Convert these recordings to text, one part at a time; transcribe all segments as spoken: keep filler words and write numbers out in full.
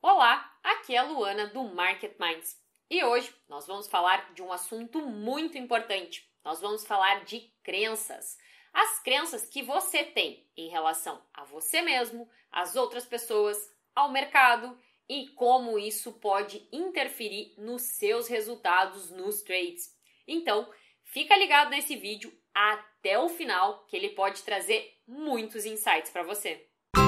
Olá, aqui é a Luana do Market Minds e hoje nós vamos falar de um assunto muito importante. Nós vamos falar de crenças. As crenças que você tem em relação a você mesmo, às outras pessoas, ao mercado e como isso pode interferir nos seus resultados nos trades. Então, fica ligado nesse vídeo até o final que ele pode trazer muitos insights para você.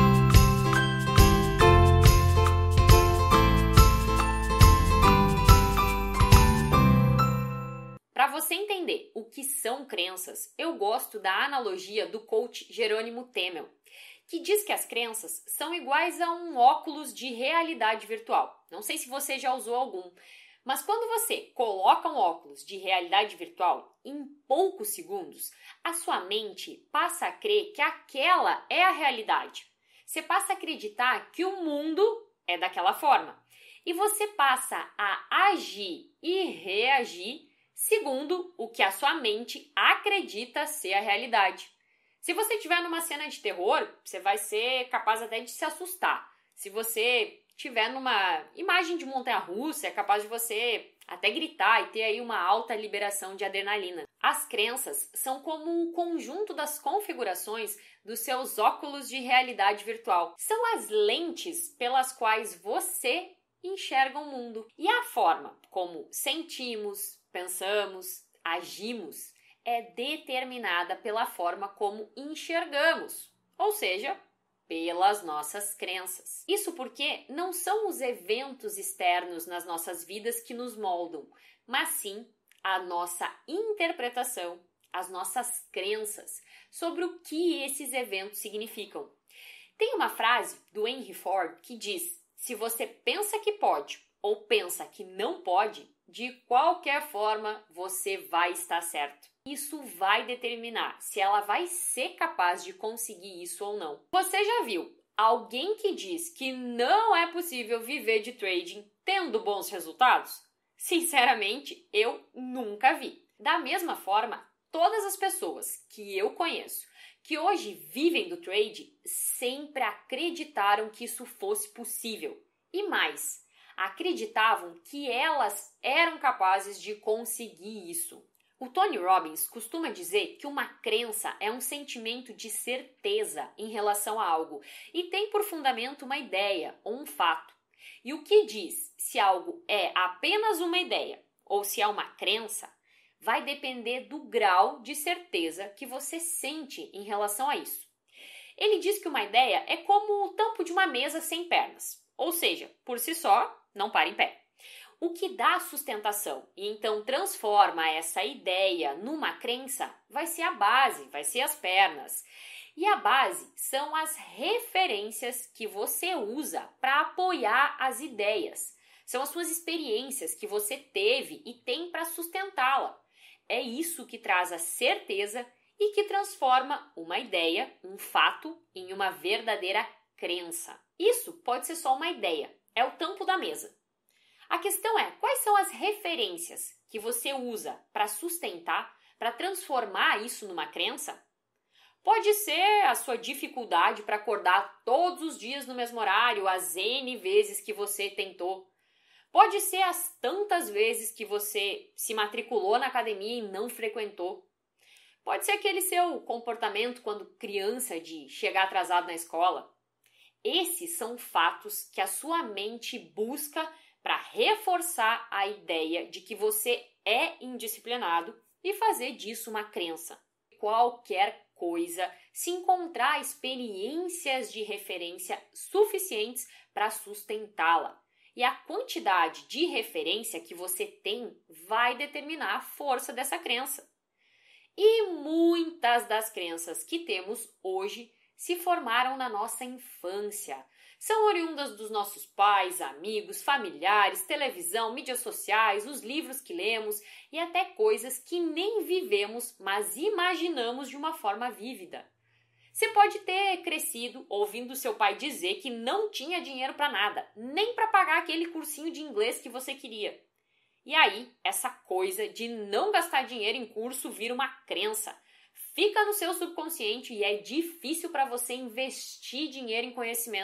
Para você entender o que são crenças, eu gosto da analogia do coach Jerônimo Temel, que diz que as crenças são iguais a um óculos de realidade virtual. Não sei se você já usou algum, mas quando você coloca um óculos de realidade virtual, em poucos segundos, a sua mente passa a crer que aquela é a realidade. Você passa a acreditar que o mundo é daquela forma. E você passa a agir e reagir segundo o que a sua mente acredita ser a realidade. Se você estiver numa cena de terror, você vai ser capaz até de se assustar. Se você estiver numa imagem de montanha-russa, é capaz de você até gritar e ter aí uma alta liberação de adrenalina. As crenças são como um conjunto das configurações dos seus óculos de realidade virtual. São as lentes pelas quais você enxerga o mundo. E a forma como sentimos, pensamos, agimos, é determinada pela forma como enxergamos, ou seja, pelas nossas crenças. Isso porque não são os eventos externos nas nossas vidas que nos moldam, mas sim a nossa interpretação, as nossas crenças sobre o que esses eventos significam. Tem uma frase do Henry Ford que diz: se você pensa que pode ou pensa que não pode, de qualquer forma você vai estar certo. Isso vai determinar se ela vai ser capaz de conseguir isso ou não. Você já viu alguém que diz que não é possível viver de trading tendo bons resultados? Sinceramente, eu nunca vi. Da mesma forma, todas as pessoas que eu conheço que hoje vivem do trade sempre acreditaram que isso fosse possível. E mais, acreditavam que elas eram capazes de conseguir isso. O Tony Robbins costuma dizer que uma crença é um sentimento de certeza em relação a algo e tem por fundamento uma ideia ou um fato. E o que diz se algo é apenas uma ideia ou se é uma crença vai depender do grau de certeza que você sente em relação a isso. Ele diz que uma ideia é como o tampo de uma mesa sem pernas, ou seja, por si só, não para em pé. O que dá sustentação e então transforma essa ideia numa crença vai ser a base, vai ser as pernas. E a base são as referências que você usa para apoiar as ideias. São as suas experiências que você teve e tem para sustentá-la. É isso que traz a certeza e que transforma uma ideia, um fato, em uma verdadeira crença. Isso pode ser só uma ideia, é o tampo da mesa. A questão é, quais são as referências que você usa para sustentar, para transformar isso numa crença? Pode ser a sua dificuldade para acordar todos os dias no mesmo horário, as N vezes que você tentou. Pode ser as tantas vezes que você se matriculou na academia e não frequentou. Pode ser aquele seu comportamento quando criança de chegar atrasado na escola. Esses são fatos que a sua mente busca para reforçar a ideia de que você é indisciplinado e fazer disso uma crença. Qualquer coisa, se encontrar experiências de referência suficientes para sustentá-la. E a quantidade de referência que você tem vai determinar a força dessa crença. E muitas das crenças que temos hoje se formaram na nossa infância. São oriundas dos nossos pais, amigos, familiares, televisão, mídias sociais, os livros que lemos e até coisas que nem vivemos, mas imaginamos de uma forma vívida. Você pode ter crescido ouvindo seu pai dizer que não tinha dinheiro para nada, nem para pagar aquele cursinho de inglês que você queria. E aí, essa coisa de não gastar dinheiro em curso vira uma crença. Fica no seu subconsciente e é difícil para você investir dinheiro em conhecimento.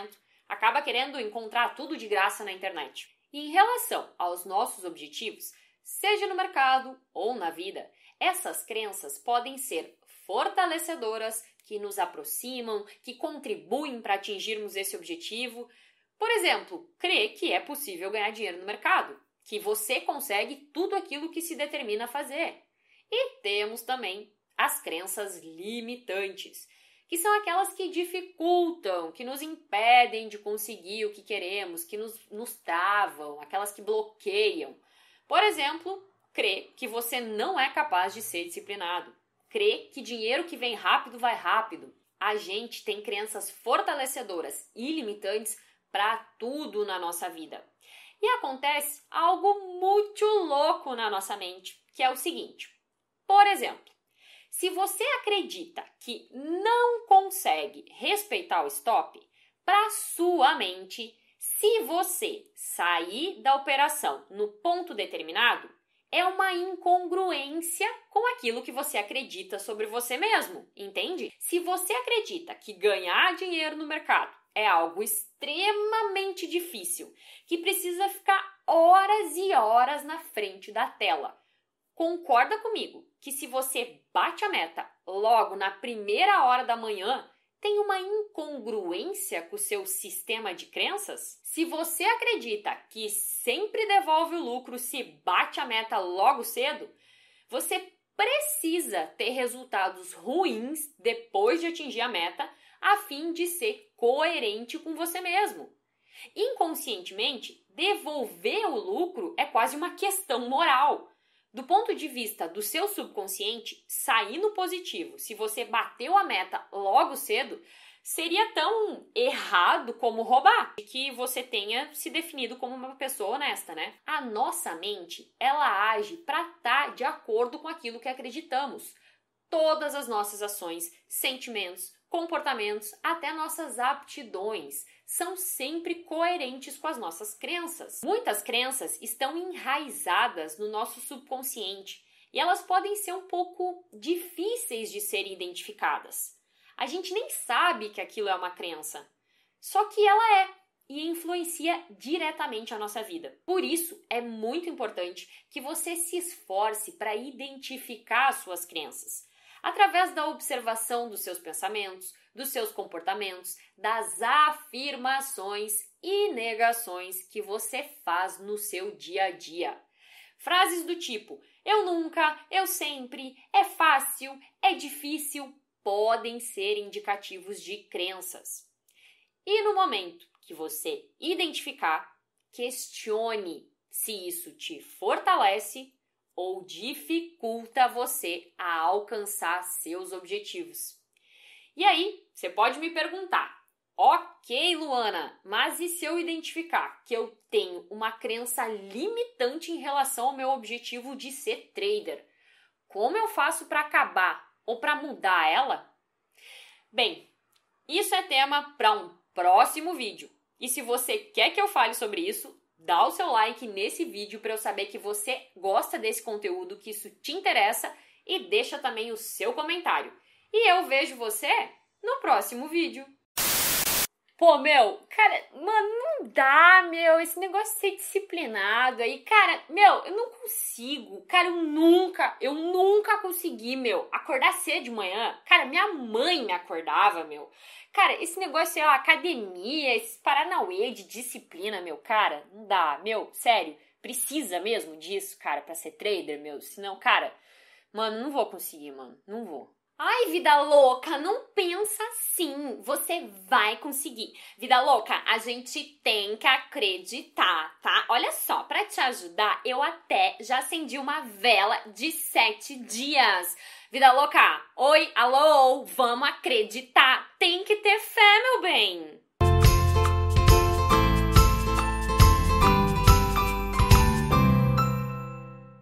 acaba querendo encontrar tudo de graça na internet. E em relação aos nossos objetivos, seja no mercado ou na vida, essas crenças podem ser fortalecedoras, que nos aproximam, que contribuem para atingirmos esse objetivo. Por exemplo, crer que é possível ganhar dinheiro no mercado, que você consegue tudo aquilo que se determina a fazer. E temos também as crenças limitantes, que são aquelas que dificultam, que nos impedem de conseguir o que queremos, que nos, nos travam, aquelas que bloqueiam. Por exemplo, crer que você não é capaz de ser disciplinado. Crer que dinheiro que vem rápido vai rápido. A gente tem crenças fortalecedoras e limitantes para tudo na nossa vida. E acontece algo muito louco na nossa mente, que é o seguinte. Por exemplo, se você acredita que não consegue respeitar o stop, para sua mente, se você sair da operação no ponto determinado, é uma incongruência com aquilo que você acredita sobre você mesmo, entende? Se você acredita que ganhar dinheiro no mercado é algo extremamente difícil, que precisa ficar horas e horas na frente da tela, concorda comigo que se você bate a meta logo na primeira hora da manhã, tem uma incongruência com o seu sistema de crenças? Se você acredita que sempre devolve o lucro se bate a meta logo cedo, você precisa ter resultados ruins depois de atingir a meta a fim de ser coerente com você mesmo. Inconscientemente, devolver o lucro é quase uma questão moral. Do ponto de vista do seu subconsciente, sair no positivo, se você bateu a meta logo cedo, seria tão errado como roubar, e que você tenha se definido como uma pessoa honesta, né? A nossa mente, ela age para estar de acordo com aquilo que acreditamos. Todas as nossas ações, sentimentos, comportamentos, até nossas aptidões, são sempre coerentes com as nossas crenças. Muitas crenças estão enraizadas no nosso subconsciente e elas podem ser um pouco difíceis de serem identificadas. A gente nem sabe que aquilo é uma crença, só que ela é e influencia diretamente a nossa vida. Por isso, é muito importante que você se esforce para identificar as suas crenças, através da observação dos seus pensamentos, dos seus comportamentos, das afirmações e negações que você faz no seu dia a dia. Frases do tipo, eu nunca, eu sempre, é fácil, é difícil, podem ser indicativos de crenças. E no momento que você identificar, questione se isso te fortalece ou dificulta você a alcançar seus objetivos. E aí, você pode me perguntar, ok, Luana, mas e se eu identificar que eu tenho uma crença limitante em relação ao meu objetivo de ser trader? Como eu faço para acabar ou para mudar ela? Bem, isso é tema para um próximo vídeo. E se você quer que eu fale sobre isso, dá o seu like nesse vídeo para eu saber que você gosta desse conteúdo, que isso te interessa, e deixa também o seu comentário. E eu vejo você no próximo vídeo. Pô, meu, cara, mano, não dá, meu, esse negócio de ser disciplinado aí, cara, meu, eu não consigo, cara, eu nunca, eu nunca consegui, meu, acordar cedo de manhã, cara, minha mãe me acordava, meu, cara, esse negócio, sei lá, academia, esse paranauê de disciplina, meu, cara, não dá, meu, sério, precisa mesmo disso, cara, pra ser trader, meu, senão, cara, mano, não vou conseguir, mano, não vou. Ai, vida louca, não pensa assim, você vai conseguir. Vida louca, a gente tem que acreditar, tá? Olha só, pra te ajudar, eu até já acendi uma vela de sete dias. Vida louca, oi, alô, vamos acreditar, tem que ter fé, meu bem.